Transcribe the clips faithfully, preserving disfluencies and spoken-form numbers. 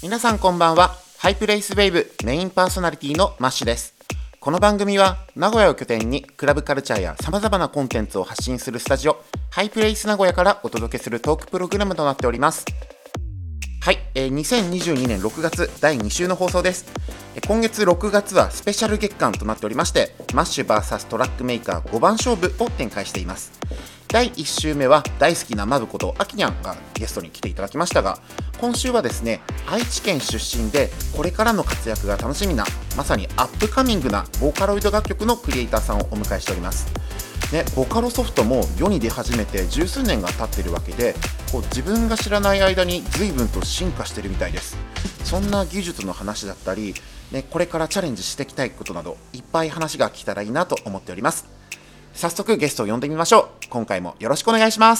皆さんこんばんは。ハイプレイスウェーブメインパーソナリティのマッシュです。この番組は名古屋を拠点にクラブカルチャーや様々なコンテンツを発信するスタジオハイプレイス名古屋からお届けするトークプログラムとなっております。はい、えー、にせんにじゅうにねんろくがつだいに週の放送です。えー今月ろくがつはスペシャル月間となっておりまして、マッシュ ブイエス トラックメーカーごばん勝負を展開しています。だいいち週目は大好きなマブことアキニャンがゲストに来ていただきましたが、今週はですね、愛知県出身でこれからの活躍が楽しみな、まさにアップカミングなボーカロイド楽曲のクリエイターさんをお迎えしております。ね、ボカロソフトも世に出始めて十数年が経っているわけで、こう自分が知らない間に随分と進化しているみたいです。そんな技術の話だったり、ね、これからチャレンジしていきたいことなどいっぱい話が聞けたらいいなと思っております。早速ゲストを呼んでみましょう。今回もよろしくお願いします。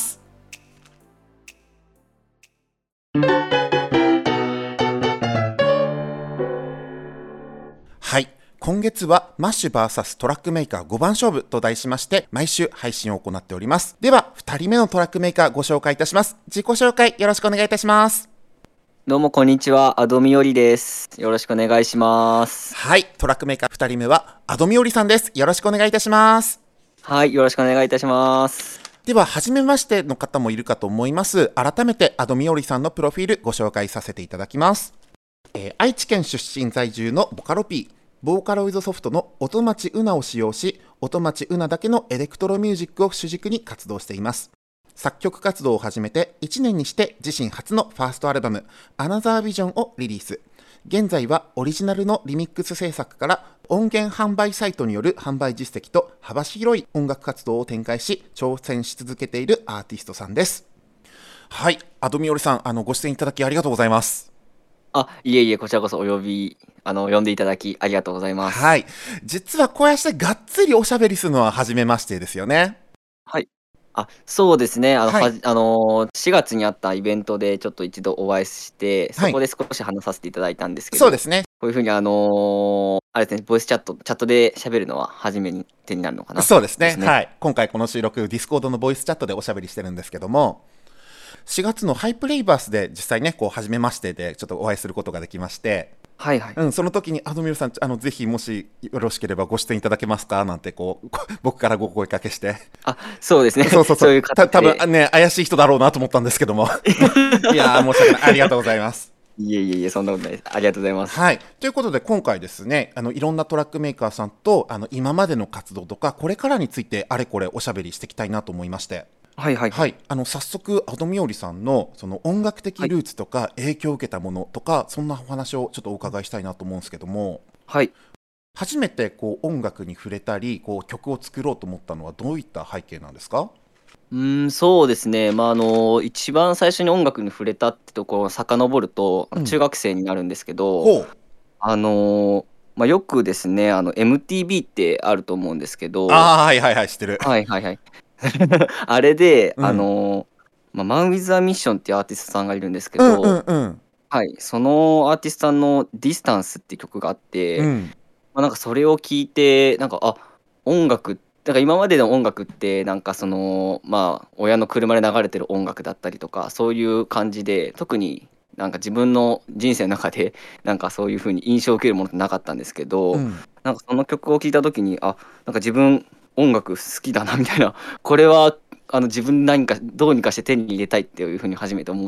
はい、今月はマッシュ ブイエス トラックメーカーごばん勝負と題しまして毎週配信を行っております。ではふたりめのトラックメーカーご紹介いたします。自己紹介よろしくお願いいたします。 どうもこんにちは、アドミオリです。よろしくお願いします。 はい、トラックメーカーふたりめはアドミオリさんです。よろしくお願いいたします。 はい、よろしくお願いいたします。 では初めましての方もいるかと思います。改めてアドミオリさんのプロフィールご紹介させていただきます。えー愛知県出身在住のボカロ P、ボーカロイドソフトの音町うなを使用し、音町うなだけのエレクトロミュージックを主軸に活動しています。作曲活動を始めていちねんにして自身初のファーストアルバム Another Vision をリリース。現在はオリジナルのリミックス制作から音源販売サイトによる販売実績と幅広い音楽活動を展開し、挑戦し続けているアーティストさんです。はい、アドミオリさん、あのご出演いただきありがとうございます。 あ、いえいえ、こちらこそお呼び、あの、呼んでいただきありがとうございます。 はい、実はこうやってがっつりおしゃべりするのは初めましてですよね。 はい。あ、そうですね。あの、 はいはじ、あのー、しがつにあったイベントでちょっと一度お会いして、 はいそこで少し話させていただいたんですけど、 そうですね。 こういうふうにあのーあれですね、ボイスチャット、チャットで喋るのは初めてになるのかな。 そうですね。 ですね。 はい。今回この収録、ディスコードのボイスチャットでおしゃべりしてるんですけども、しがつのハイプレイバースで実際ね、こう初めましてでちょっとお会いすることができまして、 はいはい。 うん、その時にアドミルさん、あのぜひもしよろしければご出演いただけますかなんてこうこ僕からご声かけして、 あ、そうですね。 そうそうそう、 いうた形で。 多分ね怪しい人だろうなと思ったんですけども、いやー申し訳ない、ありがとうございます。 いえいえいえ、そんなことないです。ありがとうございます。 はい、ということで今回ですね、あのいろんなトラックメーカーさんとあの今までの活動とかこれからについてあれこれおしゃべりしていきたいなと思いまして、 はいはいはい。 はい、あの早速アドミオリさんのその音楽的はい。 ルーツとか影響を受けたものとか、そんなお話をちょっとお伺いしたいなと思うんですけども、 はい。 初めてこう音楽に触れたりこう曲を作ろうと思ったのはどういった背景なんですか？ うーん、そうですね。まあ、あの、一番最初に音楽に触れたってところを遡ると、あの、中うん、 学生になるんですけど、 ほう、 あの、まあ、よくですね、あの、エムティービー ってあると思うんですけど、 ああはいはいはい知ってる。 はいはいはい。あれで、あうん、 の、まあ、マン・ウィズ・ア・ミッションっていうアーティストさんがいるんですけうんうど、 んうんはい、そのアーティストさんのディスタンスっていう曲があって、 うんまあ、なんかそれを聞いて、なんか、あ、音楽、なんか今までの音楽って、なんかその、まあ、親の車で流れてる音楽だったりとか、そういう感じで、特になんか自分の人生の中で、なんかそういう風に印象を受けるものってなかったんですけど、 うんなんかその曲を聴いた時に、あ、なんか自分音楽好きだなみたいな、これはあの自分何かどうにかして手に入れたいっていう風に初めて思って、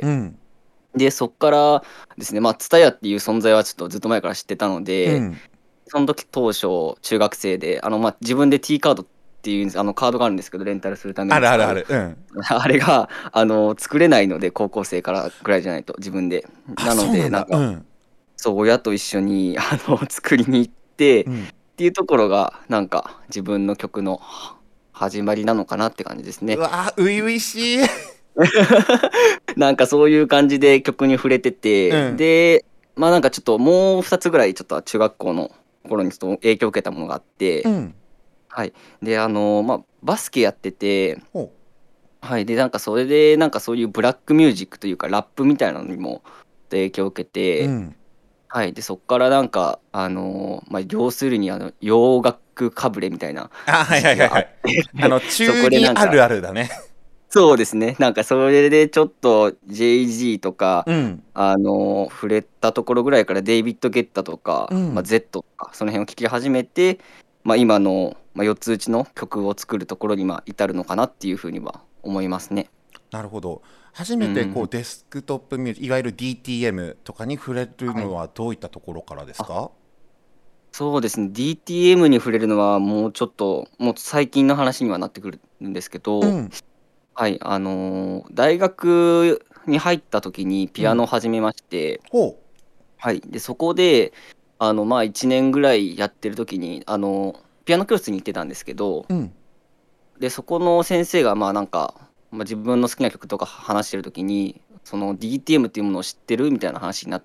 うんで、そっからですね、まあ、TSUTAYAっていう存在はちょっとずっと前から知ってたので、 うんその時当初中学生であの、まあ、自分で T カードっていうあのカードがあるんですけど、レンタルするためあに使うるあるある、うん、 あれがあの作れないので、高校生からぐらいじゃないと自分で。 あなのそうなんだ、うでなんかんそう親と一緒にあの作りに行ってっうんていうところがなんか自分の曲の始まりなのかなって感じですうね。 わー初々しい。 なんかそういう感じで曲に触れてて、 うんで、まあなんかちょっともうふたつぐらいちょっと中学校の頃にちょっと影響を受けたものがあって、 うんはい。で、あの、まあバスケやってて、 ほはい。で、なんかそれでなんかそういうブラックミュージックというかラップみたいなのにも影響を受けて、 う、うんはい。で、そっからなんか、あの、まあ要するにあの洋楽かぶれみたいなあはい時期があっはいはいはい、あて、 のそ中こでなんか、 にあるあるだね。 そうですね。なんかそれでちょっと ジェイジー とか、 うん。 あの、触れたところぐらいからデイビッド・ゲッタとか、まあ、 うん。 Z とか、その辺を聴き始めて、まあ、今の、まあ、よっつ打ちの曲を作るところにまあ至るのかなっていうふうには思いますね。 なるほど。初うめてこうん。 デスクトップミュージック、いわゆる ディーティーエム とかに触れるはい。 のはどういったところからですあ、 か？ そうですね。ディーティーエム に触れるのはもうちょっと、もう最近の話にはなってくるんですけど、 うん。 はい、あの、大学に入った時にピアノをうん。 始めまして、 ほはい。で、そこで、あの、まあ、いちねんぐらいやってる時に、あの、ピアノ教室に行ってたんですけど、 う。うん。 で、そこの先生が、まあ、なんか、まあ、自分の好きな曲とか話してる時に、その ディーティーエム っていうものを知ってるみたいな話になって、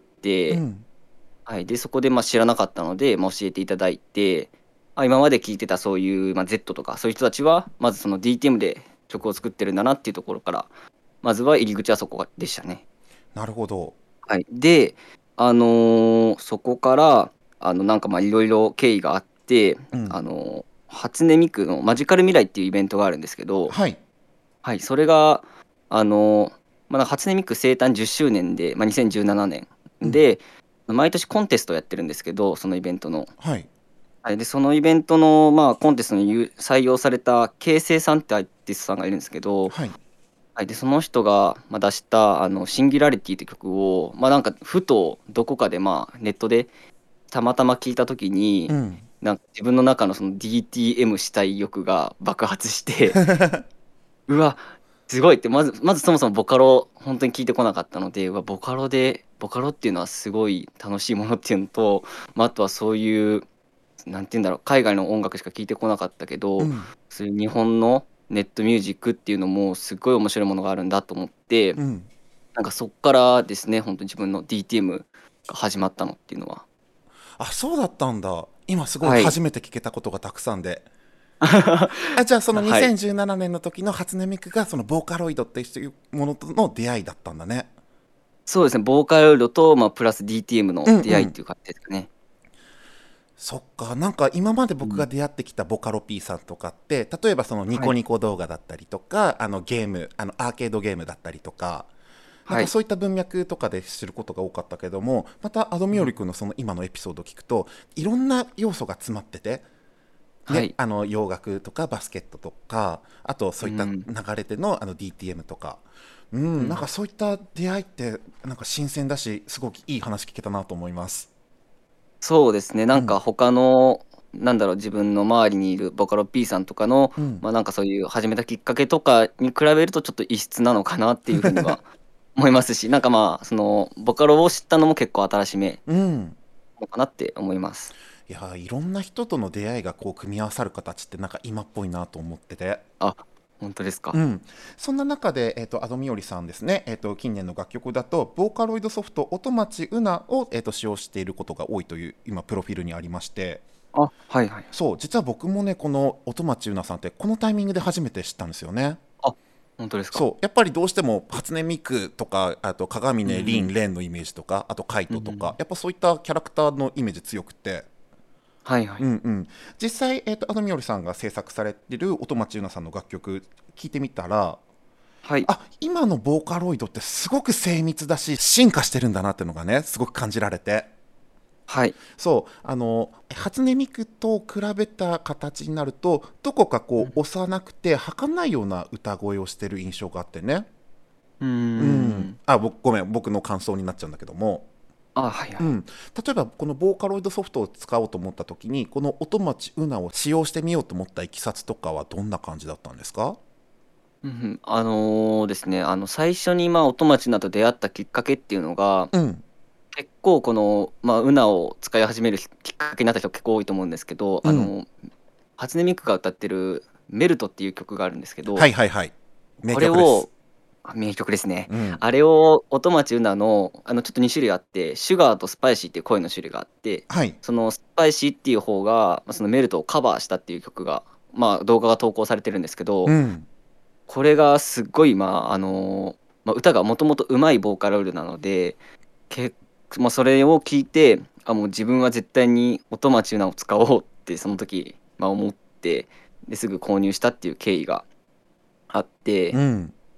うん。 はい。で、そこで、まあ、知らなかったので、まあ、教えていただいて、あ、今まで聴いてたそういう、まあ、Z とか、そういう人たちは、まずその ディーティーエム で曲を作ってるんだなっていうところから、まずは入り口はそこでしたね。 なるほど。 はい。で、あの、そこから、あの、なんか、ま、いろいろ経緯があって、 うん。 あの、初音ミクのマジカル未来っていうイベントがあるんですけど、 はい。 はい、それが、あの、ま、なんか初音ミク生誕じゅっしゅうねんで、ま、にせんじゅうななねんうん。 で、毎年コンテストをやってるんですけど、そのイベントの。 はい。 はい、で、そのイベントの、まあ、コンテストにゆ採用されたケイセイさんってアーティストさんがいるんですけど、 はい。 はい、で、その人が、ま、出した、あの、シンギュラリティって曲を、ま、なんかふとどこかで、まあ、ネットでたまたま聞いた時に、 うん。 なんか自分の中のその ディーティーエム したい欲が爆発して、うわ、すごいって、まずまずそもそもボカロほんとに聞いてこなかったので、うわ、ボカロでボカロっていうのはすごい楽しいものっていうのと、ま、あとはそういう、なんて言うんだろう、海外の音楽しか聞いてこなかったけど、 うん。 そういう日本のネットミュージックっていうのもすっごい面白いものがあるんだと思って、 うん。 なんかそっからですね、ほんとに自分の ディーティーエム が始まったのっていうのは。 あ、そうだったんだ。今すごいはい。 初めて聞けたことがたくさんで。あ、じゃあそのはい。 にせんじゅうななねんの時の初音ミクがそのボーカロイドっていうものとの出会いだったんだね。 そうですね、ボーカロイドと、まあ、プラス ディーティーエム のうんうん。 出会いっていう感じですかね。 そっか、なんか今までうん。 僕が出会ってきたボカロ P さんとかって、例えばそのニはい。 コニコ動画だったりとか、あのゲーム、あのアーケードゲームだったりとか、なんはい。 かそういった文脈とかで知ることが多かったけども、またアドミオリうん。 君のその今のエピソードを聞くと、いろんな要素が詰まってて、ね、 はい。 あの洋楽とかバスケットとか、あとそういったうん。 流れでのあの ディーティーエム とか、うん、なんかうん。 そういった出会いってなんか新鮮だし、すごくいい話聞けたなと思います。 そうですね、なうん、 んか他の、なんだろう、自分の周りにいるボカロ P さんとかの、 うん。 ま、なんかそういう始めたきっかけとかに比べるとちょっと異質なのかなっていう風には思いますし、なんか、まあ、そのボカロを知ったのも結構新しめうん。 のかなって思います。 いやー、いろんな人との出会いがこう組み合わさる形ってなんか今っぽいなと思ってて。 あ、ほんとですか。 うん、そんな中で、えー、とアドミオリさんですね、えー、と近年の楽曲だとボーカロイドソフト音町うなを、えー、と使用していることが多いという今プロフィールにありまして、 あ、はいはい。 そう実は僕もねこの音町うなさんってこのタイミングで初めて知ったんですよね。 あ、ほんとですか。 そうやっぱりどうしても初音ミクとかあと鏡音凛うんうん。 蓮のイメージとかあとカイトとうんうん。 かやっぱそういったキャラクターのイメージ強くて、 はいはい。 うんうん、実際、えー、とアドミオリさんが制作されている音町うなさんの楽曲聞いてみたら、 はい。 あ、今のボーカロイドってすごく精密だし進化してるんだなっていうのがねすごく感じられて、 はい。 そうあの初音ミクと比べた形になるとどこかうん。 こう幼くて儚いような歌声をしてる印象があってね。 うーうん、 ん。 あ僕ごめん僕の感想になっちゃうんだけども、 あ、はいはい。 うん、例えばこのボーカロイドソフトを使おうと思った時にこの音町うなを使用してみようと思ったいきさつとかはどんな感じだったんですか？ うんうん。あのですね、あの、最初に、まあ、音町菜と出会ったきっかけっていうのが、 うん。 結構この、まあ、ウナを使い始めるききっかけになった人結構多いと思うんですけど、 うん。 あの、初音ミクが歌ってるメルトっていう曲があるんですけど、 はいはいはい。名これ曲です。 をあ、名曲ですね。 うん。 あれを音町ウナの、あの、ちょっとに種類あって、シュガーとスパイシーっていう声の種類があって、 はい。 そのスパイシーっていう方が、ま、そのメルトをカバーしたっていう曲が、まあ、動画が投稿されてるんですけど、 うん。 これがすっごい、まあ、あの、ま、歌がもともと上手いボーカロイドなので、けま、それを聞いて、あ、もう自分は絶対に音町ウナを使おうってその時、ま、思って、で、すぐ購入したっていう経緯があって、 うん。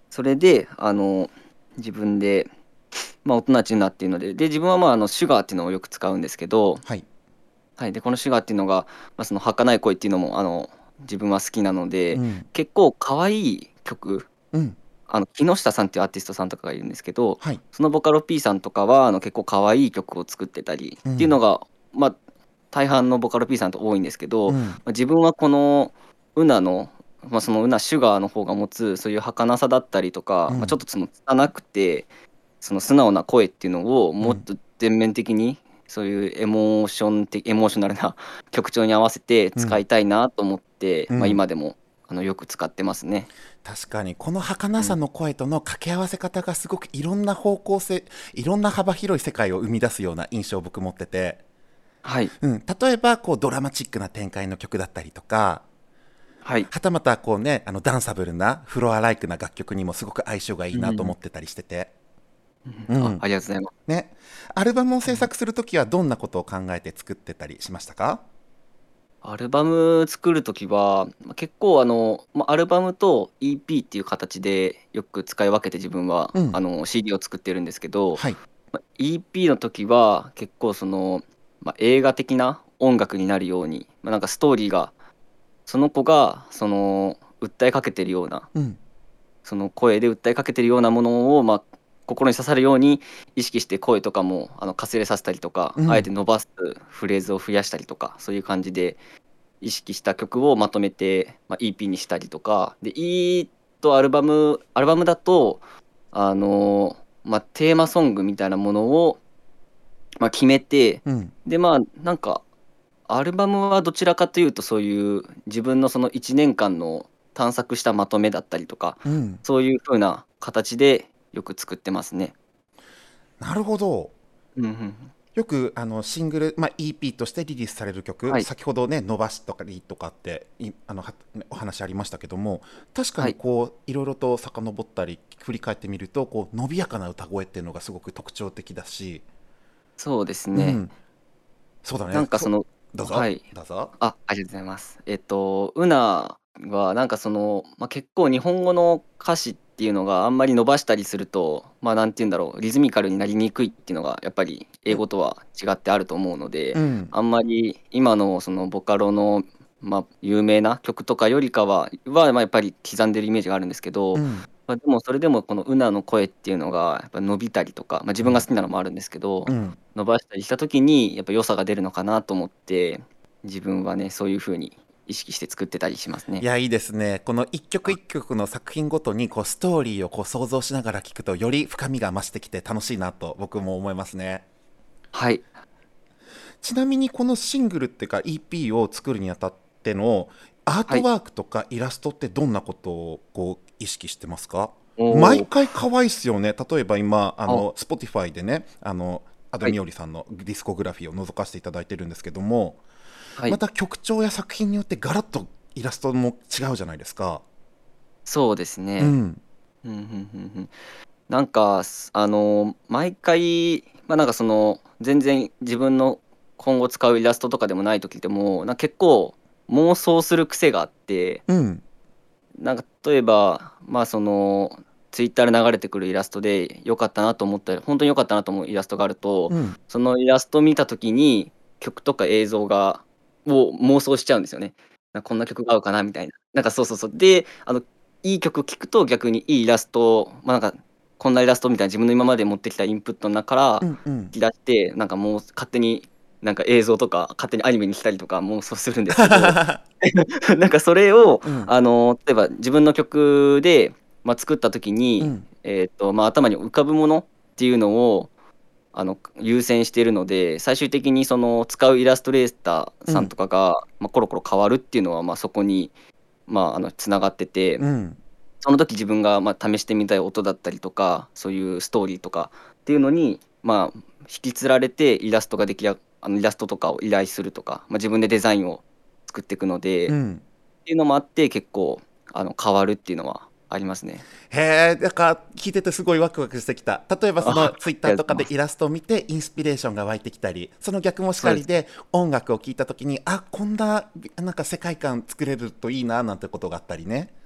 それであの自分で、まあ、音なちなっていうのでで自分はまああのシュガーっていうのをよく使うんですけど、 はい。 はい、でこのシュガーっていうのが、まあ、その儚い声っていうのもあの自分は好きなので、 うん。 結構可愛い曲、 うん。 あの木下さんっていうアーティストさんとかがいるんですけど、 はい。 そのボカロ P さんとかはあの結構可愛い曲を作ってたりうん。 っていうのが、まあ、大半のボカロ P さんと多いんですけど、まうん。 あ、自分はこのウナの、まあ、そのウナシュガーの方が持つそういう儚さだったりとか、まあ、ちょっうん。 とその拙くてその素直な声っていうのをうん。 もっと全面的にそういうエモーション的エモーショナルな曲調に合わせてうん。 使いたいなと思って、まあ、 うん。 今でもあのよく使ってますね。 確かにこの儚うん、 さの声との掛け合わせ方がすごくいろんな方向性、いろんな幅広い世界を生み出すような印象を僕持ってて、 はい、 うん、例えばこうドラマチックな展開の曲だったりとか、 はい、 はたまたこうね、あのダンサブルなフロアライクな楽曲にもすごく相性がいいなとうん、 思ってたりしてて、 うん、あ、 うん、 ありがとうございます。 ね、アルバムをうん、 制作するときはどんなことを考えて作ってたりしましたか？ アルバム作るときは、まあ、結構あの、まあ、アルバムと イーピー っていう形でよく使い分けて自分はうん。 あの シーディー を作ってるんですけど、 はい。 まあ、イーピー の時は結構その、まあ、映画的な音楽になるように、まあ、なんかストーリーがその子がその訴えかけてるようなうん。 その声で訴えかけてるようなものを、まあ、心に刺さるように意識して声とかもあのかすれさせたりとかあえてうん。 伸ばすフレーズを増やしたりとかそういう感じで意識した曲をまとめて、まあ、イーピー にしたりとかで E とアルバムアルバムだとあの、まあ、テーマソングみたいなものを、まあ、決めてうん。 でまあなんかアルバムはどちらかというとそういう自分のそのいちねんかんの探索したまとめだったりとかうん。 そういう風な形でよく作ってますね。 なるほど。 うんうんうん。 よくあのシングル、まあ、イーピー としてリリースされる曲、 はい、 先ほどね伸ばしとかリとかっていあのはお話ありましたけども、確かはい、 にこういろいろと遡ったり振り返ってみるとこう伸びやかな歌声っていうのがすごく特徴的だし、 そうですね。 うん、そうだね。そなんかそのどうぞはい。 どうぞ。 あ、ありがとうございます。えっと、ウナはなんかその、まあ、結構日本語の歌詞っていうのがあんまり伸ばしたりすると、まあ、なんて言うんだろう、リズミカルになりにくいっていうのがやっぱり英うん。 語とは違ってあると思うので、 うんあんまり今のそのボカロの、まあ、有名な曲とかよりかはは、まあ、やっぱり刻んでるイメージがあるんですけど、 うん。 まあ、でもそれでもこのウナの声っていうのがやっぱ伸びたりとか、まあ、自分が好きなのもあるんですけど、 うん。 伸ばしたりした時にやっぱ良さが出るのかなと思って自分はねそういう風に意識して作ってたりしますね。 いやいいですね。この一曲あ、 一曲の作品ごとにこうストーリーをこう想像しながら聞くとより深みが増してきて楽しいなと僕も思いますね。 はい、 ちなみにこのシングルっていうか イーピー を作るにあたってのアーはい。 トワークとかイラストってどんなことをこう意識してますか？毎おお、 回可愛いっすよね。例えば今ああ、 の Spotify でね、あのアドはい、 ミオリさんのディスコグラフィーを覗かせていただいてるんですけども、 はい。 また曲調や作品によってガラッとイラストも違うじゃないですか。 そうですね。 うん。 うんうんうんうん。なんかすあの毎回まあなんかその全然自分の今後使うイラストとかでもない時でもなんか結構妄想する癖があって、 うん。 なんか例えば、まあそのツイッターで流れてくるイラストで良かったなと思った本当に良かったなと思うイラストがあると、 うん。 そのイラストを見た時に曲とか映像がを妄想しちゃうんですよね。なんかこんな曲が合うかなみたいな。なんかそうそうそう。で、あのいい曲聴くと逆にいいイラスト、まあなんかこんなイラストみたいな自分の今まで持ってきたインプットの中からうんうん。 引き出して、なんかもう勝手になんか映像とか勝手にアニメにしたりとか妄想するんですけど、なんかそれをうん。 あの例えば自分の曲で、まあ、作った時に、 うん。 えーとまあ、頭に浮かぶものっていうのをあの優先しているので最終的にその使うイラストレーターさんうん。 とかが、まあ、コロコロ変わるっていうのは、まあ、そこに、まあ、あのつながっててうん。 その時自分が、まあ、試してみたい音だったりとかそういうストーリーとかっていうのに、まあ、引きつられてイラストが出来上あのイラストとかを依頼するとか、まあ、自分でデザインを作っていくので。っうん。 ていうのもあって、結構あの変わるっていうのはありますね。 へえ、なんか聞いててすごいワクワクしてきた。例えばそあ、あのツイッターとかりがとうございます。 でイラストを見てインスピレーションが湧いてきたり、その逆もしそうです。 かりで音楽を聴いた時に、あ、こんななんか世界観作れるといいななんてことがあったりね。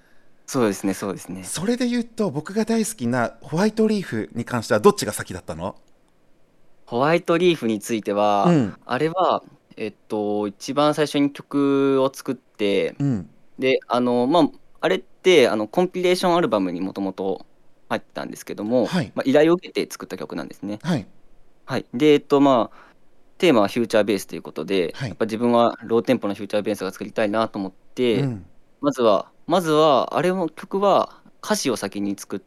そうですね、そうですね。 それで言うと僕が大好きなホワイトリーフに関してはどっちが先だったの？ ホワイトリーフについては、 うん、 あれは、えっと、一番最初に曲を作って、 うん、 で、あの、まあ、あれって、あの、コンピレーションアルバムにもともと入ってたんですけども、 はい、 まあ、依頼を受けて作った曲なんですね。 はい、 はい。で、えっと、まあ、テーマはフューチャーベースということで、 はい、 やっぱ自分はローテンポのフューチャーベースが作りたいなと思って、 うん、 まずは、まずは、あれの曲は歌詞を先に作って、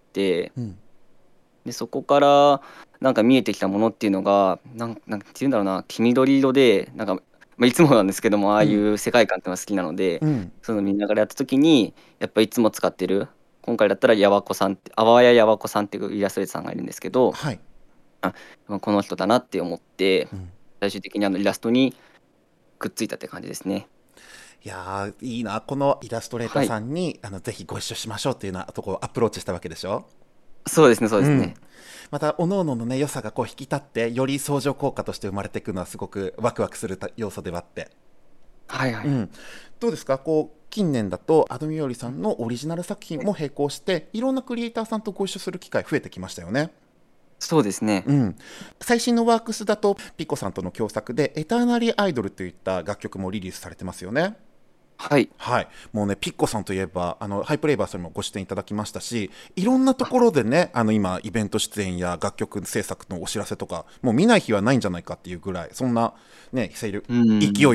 うん、 で、そこからなんか見えてきたものっていうのが、なんなんて言うんだろうな、黄緑色で、なんか、まあ、いつもなんですけども、ああいうん、 う世界観っていうのが好きなので、 うん、 その見ながらやった時に、やっぱいつも使ってる、今回だったらやわこさんって、あわややわこさんっていうイラストレーターさんがいるんですけど、 はい、 あ、ま、この人だなって思って、 うん。 最終的にあのイラストにくっついたって感じですね。 いやー、いいな。このイラストレーターはい。 さんにあのぜひご一緒しましょうっていうようなところをアプローチしたわけでしょ？ そうですね、そうですね。 うん。また各々のね良さがこう引き立ってより相乗効果として生まれていくのはすごくワクワクするた要素ではあって、 はいはいはい。 うん、どうですか？こう近年だとアドミヨリさんのオリジナル作品も並行していろんなクリエイターさんとご一緒する機会増えてきましたよね。 そうですね。 うん、最新のワークスだとピコさんとの共作で「エターナリーアイドル」といった楽曲もリリースされてますよね。 はい。 はい、もうねピッコさんといえばあのハイプレイバーさんにもご出演いただきましたし、いろんなところでねあの今イベント出演や楽曲制作のお知らせとかもう見ない日はないんじゃないかっていうぐらいそんなね勢力うん。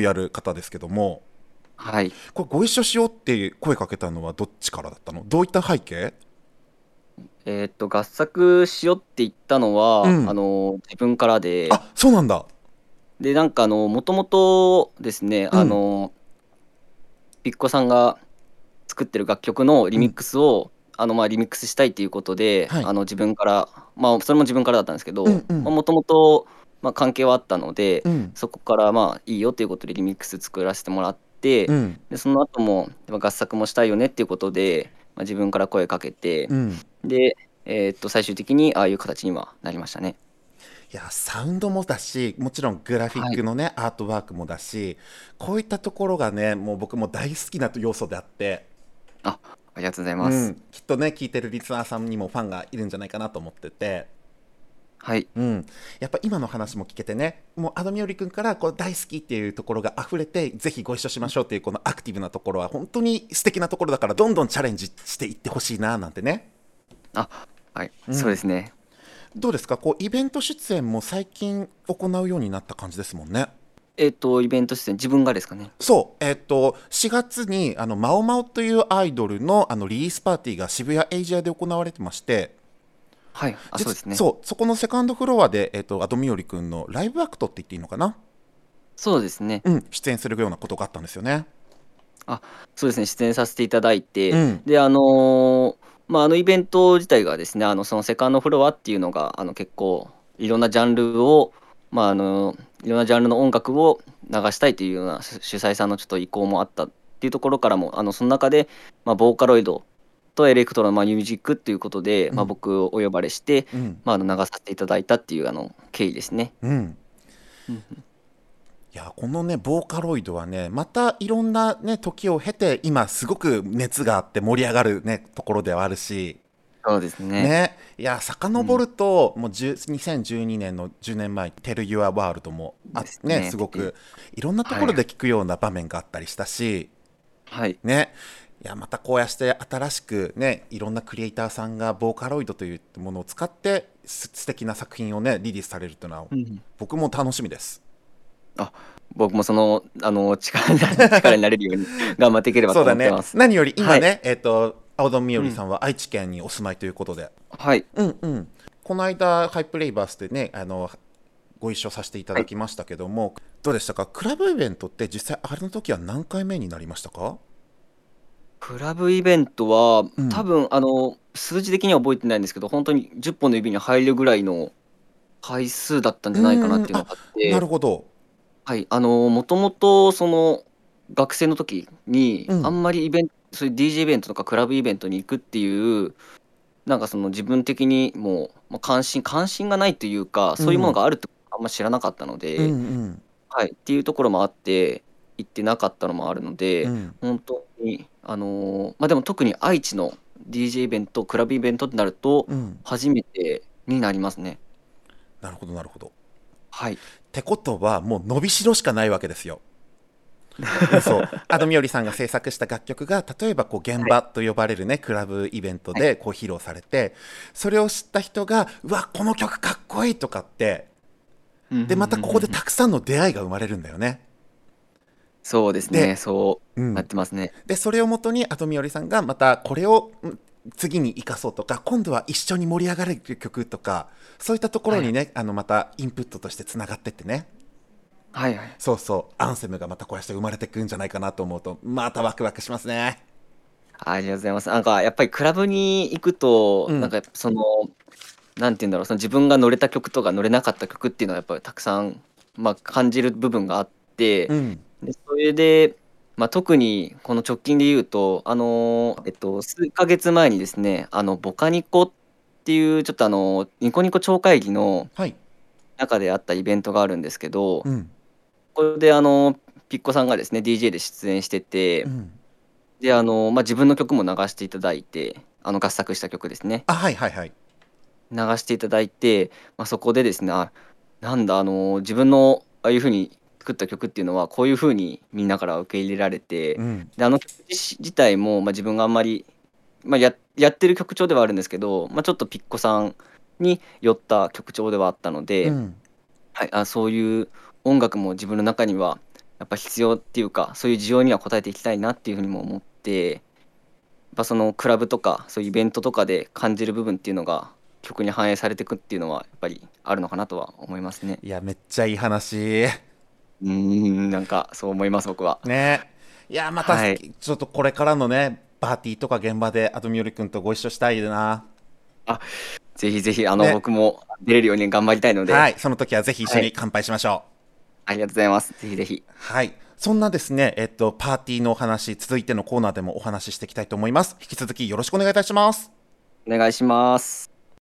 勢いある方ですけども、 はい。 これご一緒しようって声かけたのはどっちからだったの？どういった背景？ えーっと、合作しようって言ったのは、あうん。 の、自分からで、 あ、そうなんだ。 で、なんかあの、もともとですね、 うん。 あの、ピッコさんが作ってる楽曲のリミッうん。 クスを、あの、まあ、リミックスしたいっていうことで、 はい。 あの、自分から、まあ、それも自分からだったんですけど、まあ、 うんうん。 もともと、まあ、関係はあったので、 うん。 そこからまあ、いいよっていうことでリミックス作らせてもらって、 うん。 で、その後も、やっぱ合作もしたいよねっていうことで、まあ、自分から声かけて、 うん。 で、えーっと、最終的にああいう形にはなりましたね。 いやサウンドもだしもちろんグラフィッはい。 クのねアートワークもだし、こういったところがねもう僕も大好きな要素であって、 あ、ありがとうございます。 うん、きっとね聞いてるリスナーさんにもファンがいるんじゃないかなと思ってて、 はい。 うん、やっぱ今の話も聞けてねもうアドミオリ君からこう大好きっていうところが溢れてぜひご一緒しましょうっていうこのアクティブなところは本当に素敵なところだからどんどんチャレンジしていってほしいななんてね。 あ、はい、 うん、 そうですね。 どうですか？こうイベント出演も最近行うようになった感じですもんね。 えっと、イベント出演、自分がですかね。 そう、えっと、しがつにあのマオマオというアイドルのあのリリースパーティーが渋谷エイジアで行われてまして、 はい、あ、そうですね。 実そうそこのセカンドフロアで、えっと、アドミオリ君のライブアクトって言っていいのかな、 そうですね。 うん、出演するようなことがあったんですよね。 あ、そうですね、出演させていただいて、 うん、 で、あの、まあ、あのイベント自体がですね、あの、そのセカンドフロアっていうのが、あの、結構いろんなジャンルを、まあ、あの、いろんなジャンルの音楽を流したいというような主主催さんのちょっと意向もあったっていうところからも、あの、その中で、まあ、ボーカロイドとエレクトロ、まあ、ミュージックっていうことで、まあ、 うん、 僕をお呼ばれして、 うん、 まあ、あの、流させていただいたっていう、あの、経緯ですね。 うん。 うんうん。 いやこのねボーカロイドはねまたいろんなね時を経て今すごく熱があって盛り上がるねところではあるし、 そうですね。 ね、いや遡うん。 るともうじゅうにせんじゅうにねんのじゅうねんまえ「Tell Your World」もあねですね。っていう。 すごくいろんなところはい。 で聞くような場面があったりしたし、 はい。 ね、いやまたこうやって新しくねいろんなクリエイターさんがボーカロイドというものを使ってす素敵な作品をねリリースされるというのはうん。 僕も楽しみです。 あ、僕もその、あの、力にな力になれるように頑張っていければとそうだね。 思ってます。 何よりはい。 今ね、えっ、と、青戸みようん。 りさんは愛知県にお住まいということで。 はい。 うんうん。この間、ハイプレイバースでね、あの、ご一緒させていたはい。 だきましたけども、どうでしたか？クラブイベントって実際あれの時は何回目になりましたか？ クラブイベントは、 うん。 多分、あの、数字的には覚えてないんですけど、ほんとにじゅっぽんの指に入るぐらいの回数だったんうじゃないかなっんうん。あ、 ていうのがあって、 なるほど。 はい、あの、もともとその、学生の時に、 うん。 あんまりイベンそういう ディージェー イベントとかクラブイベントに行くっていう、なんかその自分的にもう、ま、関心関心がないというか、そういうものうん。 があるってあんま知らなかったのうんうで、 ん。 はい、っていうところもあって、行ってなかったのもあるので、 うん。 ほんとに、あの、ま、でも特に愛知のディージェー イベント、クラブイベントってなるとうん初めてになりますね。 なるほどなるほど。っはい。 てことはもう伸びしろしかないわけですよ。うんそうアドミオリさんが制作した楽曲が例えばこう現はい。 場と呼ばれるねクラブイベントはい。 でこう披露されて、それを知った人がうわこの曲かっこいいとかって、 うんうんうんでまたここでうん。 たくさんの出会いが生まれるんだよね。 そうですね。 で、 そうなっうん、 てますね。 でそれをもとにアドミオリさんがまたこれをうん次に生かそうとか、今度は一緒に盛り上がれる曲とか、そういったところはい。 にねあのまたインプットとしてつながってってね、 はいはい。 そうそうアンセムがまたこうして生まれてくんじゃないかなと思うとまたワクワクしますね。 ありがとうございます。なんかやっぱりクラブに行くと、なんうんかその、なんて言うんだろう、その自分が乗れた曲とか乗れなかった曲っていうのはやっぱりたくさん、まあ、感じる部分があって、 うんで、それで、まあ、特にこの直近で言うと、あの、えっと、数ヶ月前にですね、あの、ボカニコっていう、ちょっとあの、ニコニコ超会議のはい中であったイベントがあるんですけど、 うんこれであの、ピッコさんがですね、ディージェー で出演してて、 うんで、あの、まあ、自分の曲も流していただいて、あの、合作した曲ですね。 あはいはいはい流していただいて、まあ、そこでですね、あ、なんだ、あの、自分のああいう風に作った曲っていうのは、こういう風にみんなから受け入れられて、 うんで、あの曲自自体も、まあ、自分があんまり、まあ、ややってる曲調ではあるんですけど、まあ、ちょっとピッコさんに寄った曲調ではあったので、 うんはい、あ、そういう音楽も自分の中にはやっぱ必要っていうか、そういう需要には応えていきたいなっていう風にも思って、やっぱそのクラブとか、そういうイベントとかで感じる部分っていうのが、曲に反映されていくっていうのはやっぱりあるのかなとは思いますね。 いやめっちゃいい話うーん、なんかそう思います、僕は。 ね。いやまたはい。 ちょっとこれからのねパーティーとか現場でアドミオリ君とご一緒したいな。 あ、ぜひぜひ、あの、 ね、 僕も出れるように頑張りたいので、 はいその時はぜひ一緒はい、 に乾杯しましょう。 ありがとうございます。ぜひぜひ。 はい。そんなですね、えっと、パーティーのお話、続いてのコーナーでもお話ししていきたいと思います。引き続きよろしくお願いいたします。 お願いします。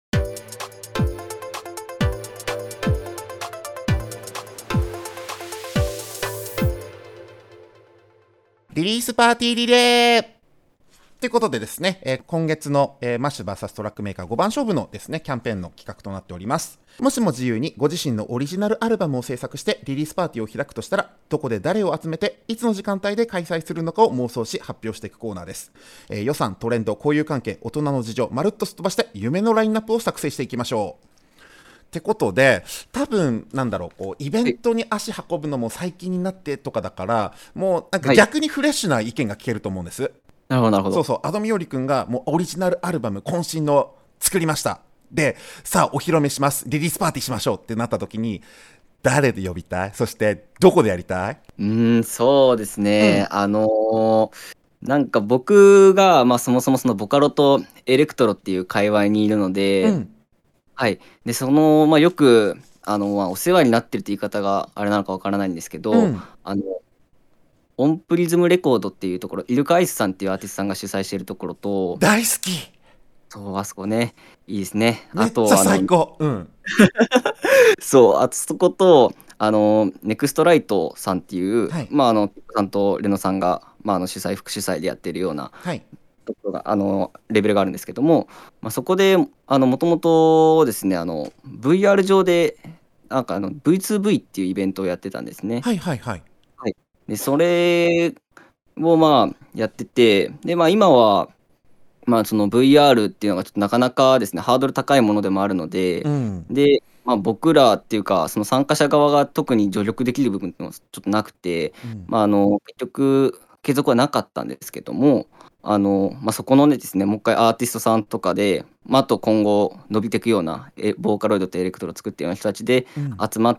リリースパーティーリレーということでですね、えー今月の、えーマッシュ ブイエス トラックメーカーごばん勝負のですね、キャンペーンの企画となっております。もしも自由にご自身のオリジナルアルバムを制作してリリースパーティーを開くとしたら、どこで誰を集めて、いつの時間帯で開催するのかを妄想し発表していくコーナーです。えー予算、トレンド、交友関係、大人の事情、まるっとすっ飛ばして夢のラインナップを作成していきましょう。ってことで多分なんだろうこうイベはい。 ントに足運ぶのも最近になってとかだからもうなんかはい。 逆にフレッシュな意見が聞けると思うんです。 なるほど、なるほど。 そうそうアドミオリ君がもうオリジナルアルバム渾身の作りましたでさあお披露目しますリリースパーティーしましょうってなった時に誰で呼びたい、そしてどこでやりたい？ うーん、そうですね。 うんあのーなんか僕が、まあ、そもそもそのボカロとエレクトロっていう界隈にいるので、 うんはい。で、その、まあ、よく、あの、まあ、お世話になってるって言い方があれなのかわからないんですけど、 うんあの、オンプリズムレコードっていうところ、イルカアイスさんっていうアーティストさんが主催しているところと、 大好きそう、あそこね、いいですね。 めっちゃあと、あの、 最高うんそう、あそこと、あの、ネクストライトさんっていう、 はいまあ、あの、ピッコさんとレノさんが、まあ、あの主催、副主催でやってるようなはいところが、あの、レベルがあるんですけども、まあ、そこで、あの、もともとですね、あの、ブイアール 上で、なんかあの ブイツーブイ っていうイベントをやってたんですね。 はいはいはいはい。で、それをまあやってて、で、まあ今は、まあその ブイアール っていうのがちょっとなかなかですね、ハードル高いものでもあるので、 うんで、まあ僕らっていうか、その参加者側が特に助力できる部分っていうのはちょっとなくて、 うんまああの、結局、継続はなかったんですけども、あの、まあそこのねですね、もう一回アーティストさんとかで、まああと今後伸びていくような、えボーカロイドとエレクトロを作ってるような人たちでうん集まって、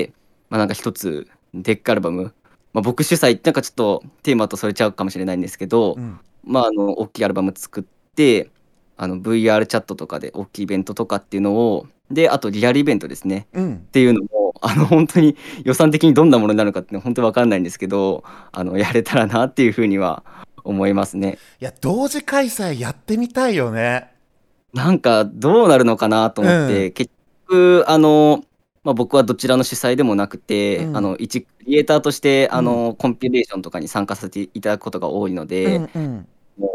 まあなんか一つ、でっかいアルバム、まあ僕主催、なんかちょっとテーマとそれちゃうかもしれないんですけど、 うんまああの、大きいアルバム作って、あの ブイアール チャットとかで大きいイベントとかっていうのを、で、あとリアルイベントですね。 うんっていうのも、あの、本当に予算的にどんなものになるのかっていうのは本当に分かんないんですけど、あの、やれたらなっていうふうには思いますね。 いや同時開催やってみたいよね。 なんかどうなるのかなとう思って、 ん結局、あの、まあ、僕はどちらの主催でもなくて、あうんの、一クリエイターとして、 うんあの、コンピレーションとかに参加させていただくことが多いのうで、 んうんもう、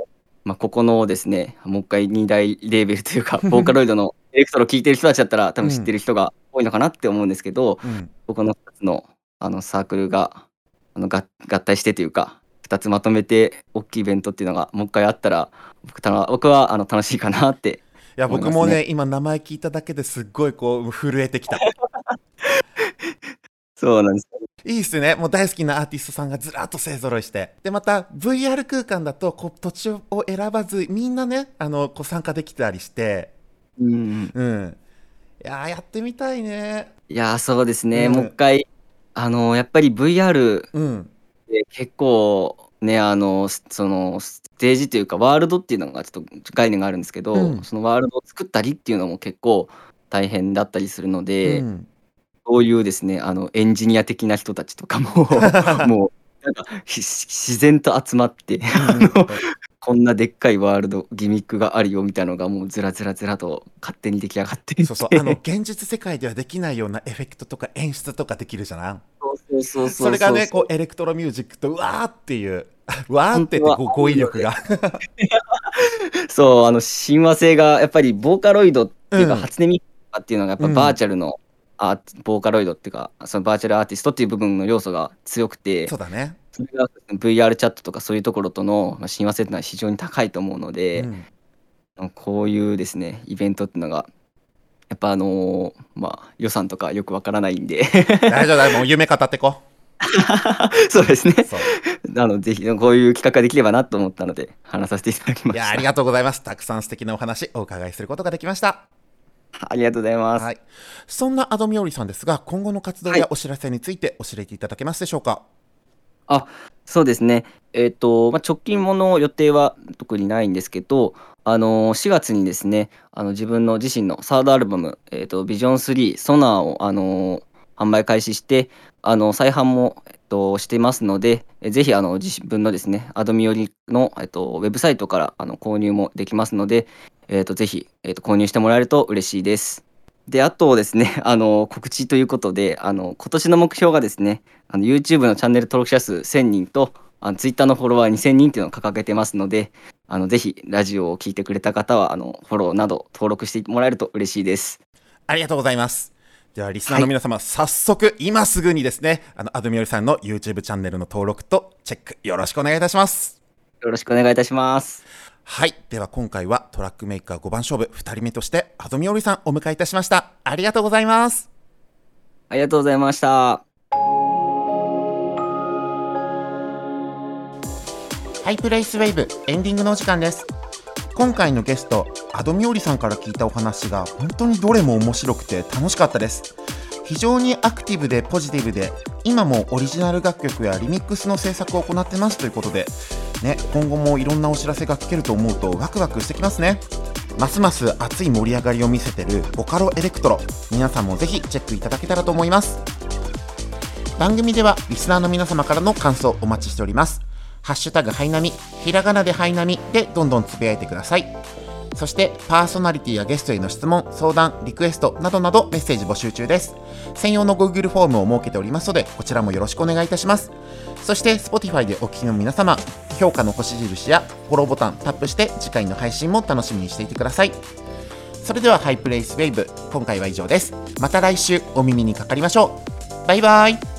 まあ、ここのですね、もう一回に大レーベルというか、ボーカロイドのエレクトロを聴いてる人たちだったら、多分知ってる人が多いのかなって思うんですけど、 うん、 ここのふたつの、あの、サークルが、あの、が合体してというか、ふたつまとめて大きいイベントっていうのがもう一回あったら、僕た僕はあの楽しいかなっていや思いますね。 僕もね今名前聞いただけですっごいこう震えてきた。 そうなんですよ。 いいっすね。もう大好きなアーティストさんがずらっと勢ぞろいして。で、また ブイアール 空間だと、こう土地を選ばず、みんなね、あの、こう参加できたりして、 うんうん。 うん。いやー、やってみたいね。 いやー、そうですね。もう一うん。 回、あの、やっぱり ブイアールうん。 で結構ね、あの、すその、ステージというか、ワールドっていうのがちょっと概念があるんですけど、 うん。 そのワールドを作ったりっていうのも結構大変だったりするので、 うん。 そういうですね、あの、エンジニア的な人たちとかももう、なんか、ひ自然と集まって、 うんあうん。 の、こんなでっかいワールド、ギミックがあるよみたいなのがもうずらずらずらと勝手に出来上がっていっそうそう。あの、 て。 現実世界ではできないようなエフェクトとか演出とかできるじゃない。 そうそうそうそれがね、 そうそうそう。 こう、エレクトロミュージックと、うわーっていう、うわーってってほんとはご語彙あるよね。 力が。 そう、あの、親和性がやっぱりボーカロイドっていうか、 うん。 初音ミクとかっていうのがやっぱバーうん。 チャルの、アーボーカロイドっていうか、そのバーチャルアーティストっていう部分の要素が強くて、 そうだね。 それが ブイアール チャットとかそういうところとの、ま、親和性っていうのは非常に高いと思うので、 うん。 あの、こういうですね、イベントっていうのが、やっぱあの、まあ、予算とかよくわからないんで。 大丈夫だよ、もう夢語ってこ。 そうですね。 そう。 あの、ぜひ、こういう企画ができればなと思ったので、話させていただきいや、 ました。 ありがとうございます。たくさん素敵なお話お伺いすることができました。 ありがとうございます。 はい。そんなアドミオリさんですが、今後の活動はい。 やお知らせについて教えていただけますでしょうか。 あ、そうですね。えっと、まあ、直近もの予定は特にないんですけど、あの、しがつにですね、あの、自分の自身のサードアルバム、えっと、ビジョンスリーソナーを、あの、販売開始して、あの、再販も、えっと、していますので、え、ぜひ、あの、自分のですね、アドミオリの、えっと、ウェブサイトから、あの、購入もできますので、えっと、ぜひ、えっと、購入してもらえると嬉しいです。で、あとですね、あの、告知ということで、あの、今年の目標がですね、あの、YouTube のチャンネル登録者数せんにんと、あの、Twitter のフォロワーにせんにんっていうのを掲げてますので、あの、ぜひラジオを聞いてくれた方は、あの、フォローなど登録してもらえると嬉しいです。 ありがとうございます。では、リスナーはい。 の皆様、早速、今すぐにですね、あの、アドミオリさんの YouTube チャンネルの登録とチェック、よろしくお願いいたします。 よろしくお願いいたします。 はい。では、今回はトラックメーカーごばん勝負ふたりめとして、アドミオリさんお迎えいたしました。ありがとうございます。 ありがとうございました。 ハイプレイスウェーブエンディングのお時間です。今回のゲスト、アドミオリさんから聞いたお話が本当にどれも面白くて楽しかったです。非常にアクティブでポジティブで、今もオリジナル楽曲やリミックスの制作を行ってますということで、ね、今後もいろんなお知らせが聞けると思うとワクワクしてきますね。ますます熱い盛り上がりを見せてるボカロエレクトロ、皆さんもぜひチェックいただけたらと思います。番組ではリスナーの皆様からの感想お待ちしております。ハッシュタグハイナミ、ひらがなでハイナミでどんどんつぶやいてください。そしてパーソナリティやゲストへの質問、相談、リクエストなどなどメッセージ募集中です。専用の Google フォームを設けておりますので、こちらもよろしくお願いいたします。そして Spotify でお聞きの皆様、評価の星印やフォローボタンタップして次回の配信も楽しみにしていてください。それではハイプレイスウェーブ、今回は以上です。また来週お耳にかかりましょう。バイバイ。